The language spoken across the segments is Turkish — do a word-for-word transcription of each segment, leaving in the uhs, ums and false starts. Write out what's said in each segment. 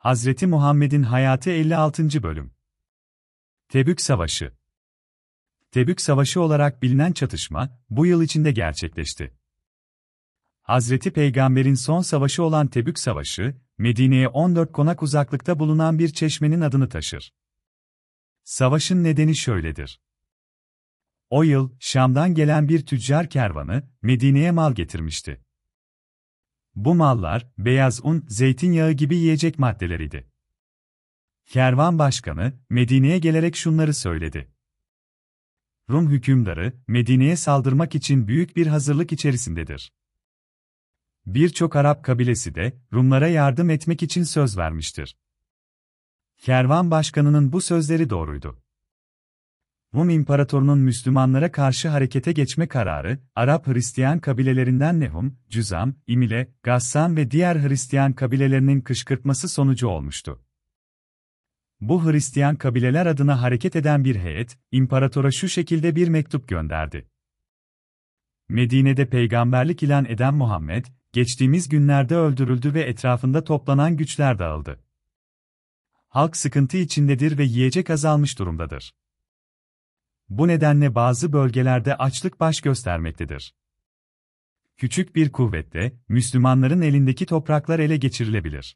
Hazreti Muhammed'in hayatı elli altıncı bölüm. Tebük Savaşı. Tebük Savaşı olarak bilinen çatışma, bu yıl içinde gerçekleşti. Hazreti Peygamber'in son savaşı olan Tebük Savaşı, Medine'ye on dört konak uzaklıkta bulunan bir çeşmenin adını taşır. Savaşın nedeni şöyledir. O yıl, Şam'dan gelen bir tüccar kervanı, Medine'ye mal getirmişti. Bu mallar, beyaz un, zeytinyağı gibi yiyecek maddeleriydi. Kervan başkanı, Medine'ye gelerek şunları söyledi. Rum hükümdarı, Medine'ye saldırmak için büyük bir hazırlık içerisindedir. Birçok Arap kabilesi de, Rumlara yardım etmek için söz vermiştir. Kervan başkanının bu sözleri doğruydu. Rum İmparatorunun Müslümanlara karşı harekete geçme kararı, Arap Hristiyan kabilelerinden Nehum, Cüzam, İmile, Gassan ve diğer Hristiyan kabilelerinin kışkırtması sonucu olmuştu. Bu Hristiyan kabileler adına hareket eden bir heyet, imparatora şu şekilde bir mektup gönderdi. Medine'de peygamberlik ilan eden Muhammed, geçtiğimiz günlerde öldürüldü ve etrafında toplanan güçler dağıldı. Halk sıkıntı içindedir ve yiyecek azalmış durumdadır. Bu nedenle bazı bölgelerde açlık baş göstermektedir. Küçük bir kuvvetle, Müslümanların elindeki topraklar ele geçirilebilir.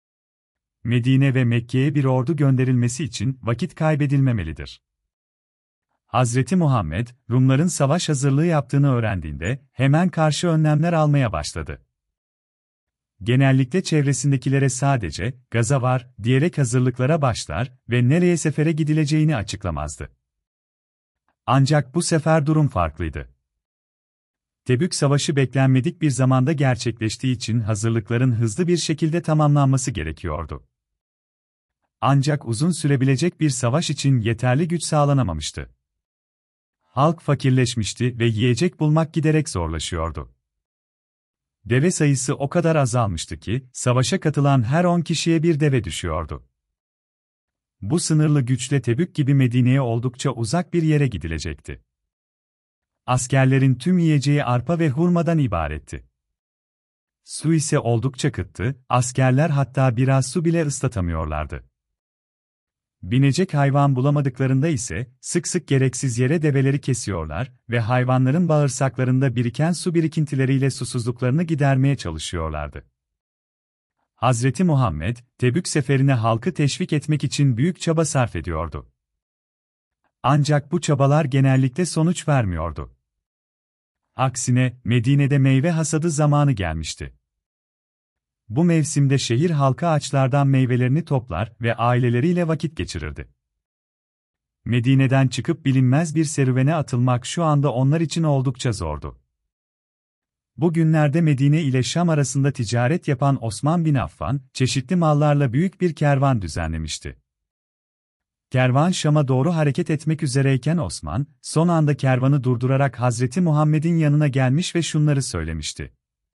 Medine ve Mekke'ye bir ordu gönderilmesi için vakit kaybedilmemelidir. Hazreti Muhammed, Rumların savaş hazırlığı yaptığını öğrendiğinde, hemen karşı önlemler almaya başladı. Genellikle çevresindekilere sadece, "Gaza var," diyerek hazırlıklara başlar ve nereye sefere gidileceğini açıklamazdı. Ancak bu sefer durum farklıydı. Tebük Savaşı beklenmedik bir zamanda gerçekleştiği için hazırlıkların hızlı bir şekilde tamamlanması gerekiyordu. Ancak uzun sürebilecek bir savaş için yeterli güç sağlanamamıştı. Halk fakirleşmişti ve yiyecek bulmak giderek zorlaşıyordu. Deve sayısı o kadar azalmıştı ki, savaşa katılan her on kişiye bir deve düşüyordu. Bu sınırlı güçle Tebük gibi Medine'ye oldukça uzak bir yere gidilecekti. Askerlerin tüm yiyeceği arpa ve hurmadan ibaretti. Su ise oldukça kıttı, askerler hatta biraz su bile ıslatamıyorlardı. Binecek hayvan bulamadıklarında ise, sık sık gereksiz yere develeri kesiyorlar ve hayvanların bağırsaklarında biriken su birikintileriyle susuzluklarını gidermeye çalışıyorlardı. Hazreti Muhammed, Tebük seferine halkı teşvik etmek için büyük çaba sarf ediyordu. Ancak bu çabalar genellikle sonuç vermiyordu. Aksine, Medine'de meyve hasadı zamanı gelmişti. Bu mevsimde şehir halkı ağaçlardan meyvelerini toplar ve aileleriyle vakit geçirirdi. Medine'den çıkıp bilinmez bir serüvene atılmak şu anda onlar için oldukça zordu. Bu günlerde Medine ile Şam arasında ticaret yapan Osman bin Affan, çeşitli mallarla büyük bir kervan düzenlemişti. Kervan Şam'a doğru hareket etmek üzereyken Osman, son anda kervanı durdurarak Hazreti Muhammed'in yanına gelmiş ve şunları söylemişti.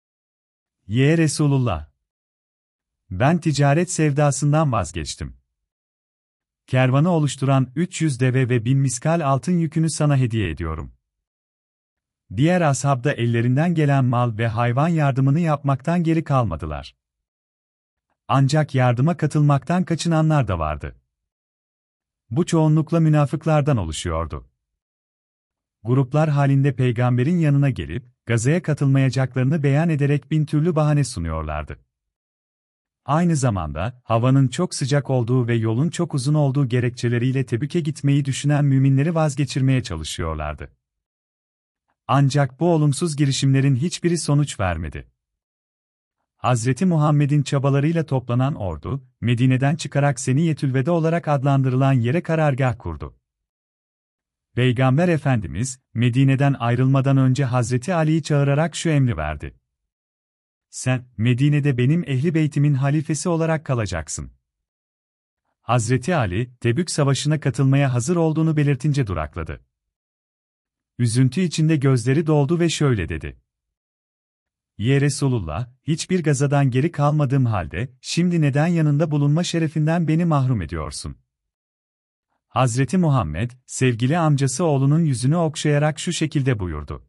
"Ya Resulullah! Ben ticaret sevdasından vazgeçtim. Kervanı oluşturan üç yüz deve ve bin miskal altın yükünü sana hediye ediyorum." Diğer ashab da ellerinden gelen mal ve hayvan yardımını yapmaktan geri kalmadılar. Ancak yardıma katılmaktan kaçınanlar da vardı. Bu çoğunlukla münafıklardan oluşuyordu. Gruplar halinde peygamberin yanına gelip, gazaya katılmayacaklarını beyan ederek bin türlü bahane sunuyorlardı. Aynı zamanda, havanın çok sıcak olduğu ve yolun çok uzun olduğu gerekçeleriyle Tebük'e gitmeyi düşünen müminleri vazgeçirmeye çalışıyorlardı. Ancak bu olumsuz girişimlerin hiçbiri sonuç vermedi. Hazreti Muhammed'in çabalarıyla toplanan ordu, Medine'den çıkarak Seniyetülveda olarak adlandırılan yere karargah kurdu. Peygamber Efendimiz, Medine'den ayrılmadan önce Hazreti Ali'yi çağırarak şu emri verdi. "Sen, Medine'de benim Ehl-i Beytimin halifesi olarak kalacaksın." Hazreti Ali, Tebük Savaşı'na katılmaya hazır olduğunu belirtince durakladı. Üzüntü içinde gözleri doldu ve şöyle dedi. "Ya Resulullah, hiçbir gazadan geri kalmadığım halde, şimdi neden yanında bulunma şerefinden beni mahrum ediyorsun?" Hazreti Muhammed, sevgili amcası oğlunun yüzünü okşayarak şu şekilde buyurdu.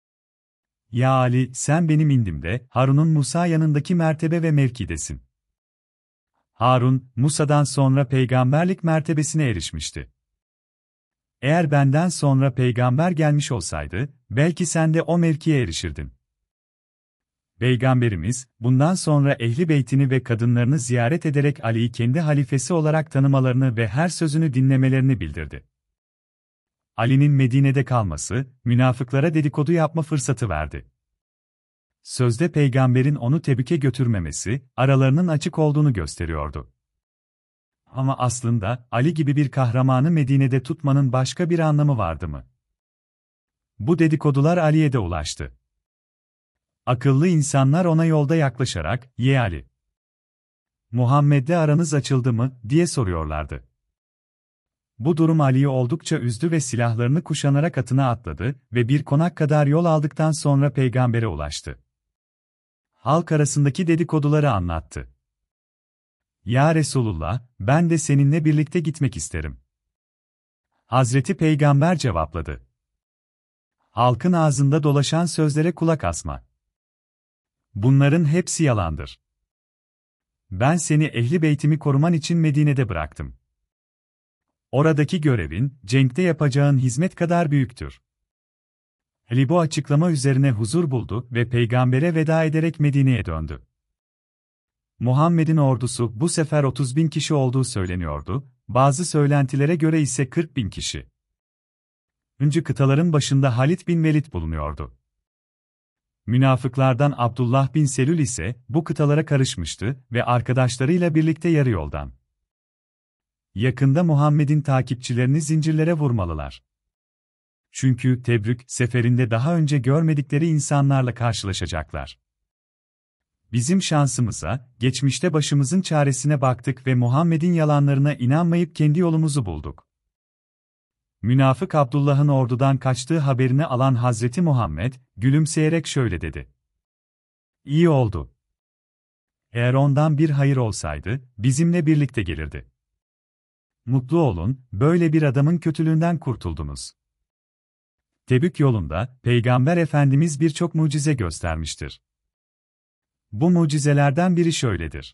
"Ya Ali, sen benim indimde, Harun'un Musa yanındaki mertebe ve mevkidesin. Harun, Musa'dan sonra peygamberlik mertebesine erişmişti. Eğer benden sonra peygamber gelmiş olsaydı, belki sen de o mevkiye erişirdin. Peygamberimiz, bundan sonra ehli beytini ve kadınlarını ziyaret ederek Ali'yi kendi halifesi olarak tanımalarını ve her sözünü dinlemelerini bildirdi. Ali'nin Medine'de kalması, münafıklara dedikodu yapma fırsatı verdi. Sözde peygamberin onu Tebük'e götürmemesi, aralarının açık olduğunu gösteriyordu. Ama aslında, Ali gibi bir kahramanı Medine'de tutmanın başka bir anlamı vardı mı? Bu dedikodular Ali'ye de ulaştı. Akıllı insanlar ona yolda yaklaşarak, "Ye Ali, Muhammed'le aranız açıldı mı?" diye soruyorlardı. Bu durum Ali'yi oldukça üzdü ve silahlarını kuşanarak atına atladı ve bir konak kadar yol aldıktan sonra peygambere ulaştı. Halk arasındaki dedikoduları anlattı. "Ya Resulullah, ben de seninle birlikte gitmek isterim." Hazreti Peygamber cevapladı. "Halkın ağzında dolaşan sözlere kulak asma. Bunların hepsi yalandır. Ben seni ehli beytimi koruman için Medine'de bıraktım. Oradaki görevin, cenkte yapacağın hizmet kadar büyüktür." Ali bu açıklama üzerine huzur buldu ve peygambere veda ederek Medine'ye döndü. Muhammed'in ordusu bu sefer otuz bin kişi olduğu söyleniyordu, bazı söylentilere göre ise kırk bin kişi. Öncü kıtaların başında Halid bin Velid bulunuyordu. Münafıklardan Abdullah bin Selül ise bu kıtalara karışmıştı ve arkadaşlarıyla birlikte yarı yoldan. Yakında Muhammed'in takipçilerini zincirlere vurmalılar. Çünkü Tebrük seferinde daha önce görmedikleri insanlarla karşılaşacaklar. Bizim şansımıza, geçmişte başımızın çaresine baktık ve Muhammed'in yalanlarına inanmayıp kendi yolumuzu bulduk. Münafık Abdullah'ın ordudan kaçtığı haberini alan Hazreti Muhammed, gülümseyerek şöyle dedi: "İyi oldu. Eğer ondan bir hayır olsaydı, bizimle birlikte gelirdi. Mutlu olun, böyle bir adamın kötülüğünden kurtuldunuz." Tebük yolunda, Peygamber Efendimiz birçok mucize göstermiştir. Bu mucizelerden biri şöyledir.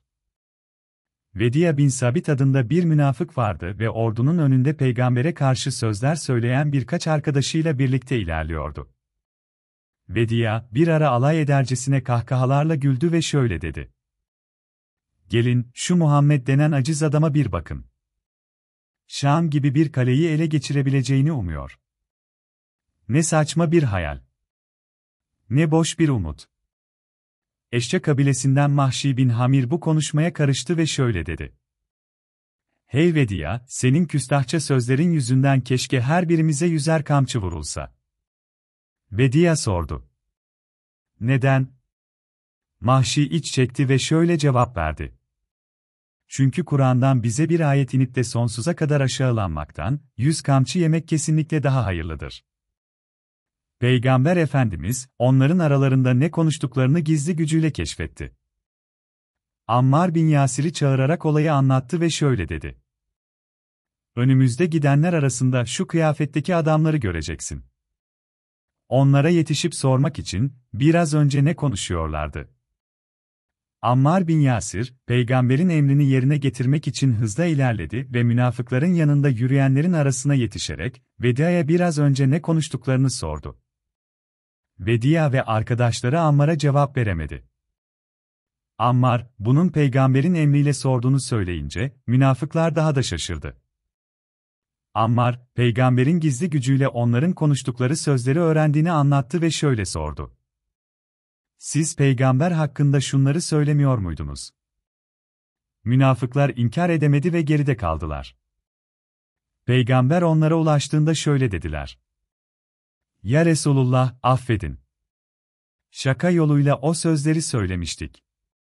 Vediye bin Sabit adında bir münafık vardı ve ordunun önünde peygambere karşı sözler söyleyen birkaç arkadaşıyla birlikte ilerliyordu. Vediye, bir ara alay edercesine kahkahalarla güldü ve şöyle dedi: "Gelin, şu Muhammed denen aciz adama bir bakın. Şam gibi bir kaleyi ele geçirebileceğini umuyor. Ne saçma bir hayal. Ne boş bir umut." Eşçe kabilesinden Mahşi bin Hamir bu konuşmaya karıştı ve şöyle dedi: "Hey Vediye, senin küstahça sözlerin yüzünden keşke her birimize yüzer kamçı vurulsa." Vediye sordu: "Neden?" Mahşi iç çekti ve şöyle cevap verdi: "Çünkü Kur'an'dan bize bir ayet inip de sonsuza kadar aşağılanmaktan, yüz kamçı yemek kesinlikle daha hayırlıdır." Peygamber Efendimiz, onların aralarında ne konuştuklarını gizli gücüyle keşfetti. Ammar bin Yasir'i çağırarak olayı anlattı ve şöyle dedi: "Önümüzde gidenler arasında şu kıyafetteki adamları göreceksin. Onlara yetişip sormak için, biraz önce ne konuşuyorlardı?" Ammar bin Yasir, peygamberin emrini yerine getirmek için hızla ilerledi ve münafıkların yanında yürüyenlerin arasına yetişerek, Vediye'ye biraz önce ne konuştuklarını sordu. Vediye ve arkadaşları Ammar'a cevap veremedi. Ammar, bunun peygamberin emriyle sorduğunu söyleyince, münafıklar daha da şaşırdı. Ammar, peygamberin gizli gücüyle onların konuştukları sözleri öğrendiğini anlattı ve şöyle sordu: "Siz peygamber hakkında şunları söylemiyor muydunuz?" Münafıklar inkar edemedi ve geride kaldılar. Peygamber onlara ulaştığında şöyle dediler: "Ya Resulullah, affedin. Şaka yoluyla o sözleri söylemiştik."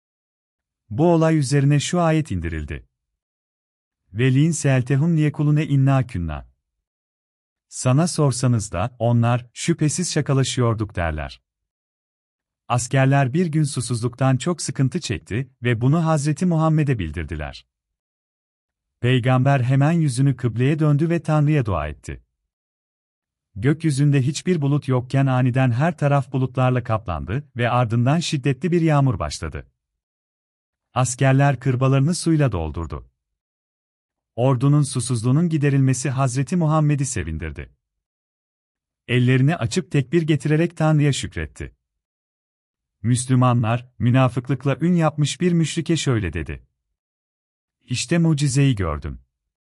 Bu olay üzerine şu ayet indirildi: "Velin seltehum liyekulune inna künna." Sana sorsanız da, onlar, şüphesiz şakalaşıyorduk derler. Askerler bir gün susuzluktan çok sıkıntı çekti ve bunu Hazreti Muhammed'e bildirdiler. Peygamber hemen yüzünü kıbleye döndü ve Tanrı'ya dua etti. Gökyüzünde hiçbir bulut yokken aniden her taraf bulutlarla kaplandı ve ardından şiddetli bir yağmur başladı. Askerler kırbalarını suyla doldurdu. Ordunun susuzluğunun giderilmesi Hazreti Muhammed'i sevindirdi. Ellerini açıp tekbir getirerek Tanrı'ya şükretti. Müslümanlar, münafıklıkla ün yapmış bir müşrike şöyle dedi: İşte mucizeyi gördüm.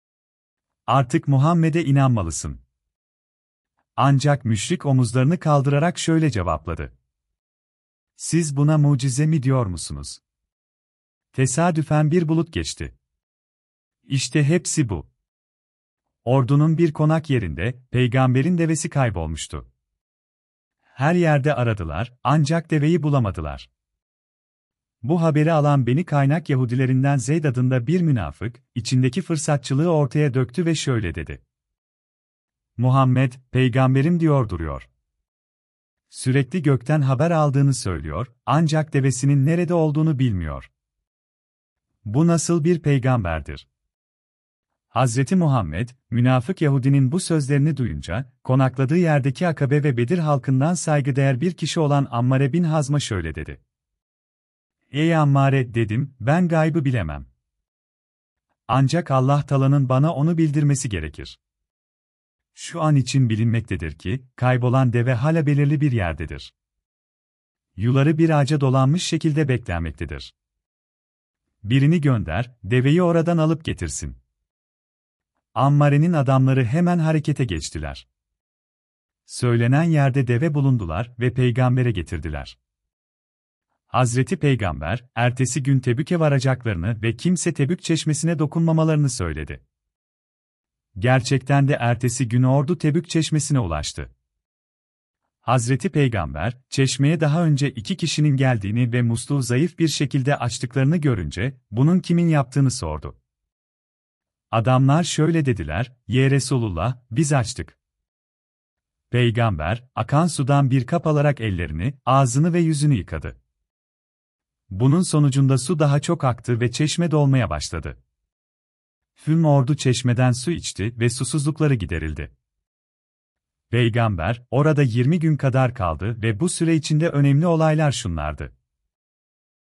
Artık Muhammed'e inanmalısın. Ancak müşrik omuzlarını kaldırarak şöyle cevapladı: Siz buna mucize mi diyor musunuz? Tesadüfen bir bulut geçti. İşte hepsi bu. Ordunun bir konak yerinde, peygamberin devesi kaybolmuştu. Her yerde aradılar, ancak deveyi bulamadılar. Bu haberi alan Beni Kaynak Yahudilerinden Zeyd adında bir münafık, içindeki fırsatçılığı ortaya döktü ve şöyle dedi: Muhammed, peygamberim diyor duruyor. Sürekli gökten haber aldığını söylüyor, ancak devesinin nerede olduğunu bilmiyor. Bu nasıl bir peygamberdir? Hazreti Muhammed, münafık Yahudinin bu sözlerini duyunca, konakladığı yerdeki Akabe ve Bedir halkından saygıdeğer bir kişi olan Ammare bin Hazm'a şöyle dedi: Ey Ammare, dedim, ben gaybı bilemem. Ancak Allah Teala'nın bana onu bildirmesi gerekir. Şu an için bilinmektedir ki, kaybolan deve hala belirli bir yerdedir. Yuları bir ağaca dolanmış şekilde beklenmektedir. Birini gönder, deveyi oradan alıp getirsin. Ammare'nin adamları hemen harekete geçtiler. Söylenen yerde deve bulundular ve peygambere getirdiler. Hazreti Peygamber, ertesi gün Tebük'e varacaklarını ve kimse Tebük çeşmesine dokunmamalarını söyledi. Gerçekten de ertesi gün ordu Tebük çeşmesine ulaştı. Hazreti Peygamber, çeşmeye daha önce iki kişinin geldiğini ve musluğu zayıf bir şekilde açtıklarını görünce, bunun kimin yaptığını sordu. Adamlar şöyle dediler: "Ya Resulullah, biz açtık." Peygamber, akan sudan bir kap alarak ellerini, ağzını ve yüzünü yıkadı. Bunun sonucunda su daha çok aktı ve çeşme dolmaya başladı. Tüm ordu çeşmeden su içti ve susuzlukları giderildi. Peygamber, orada yirmi gün kadar kaldı ve bu süre içinde önemli olaylar şunlardı.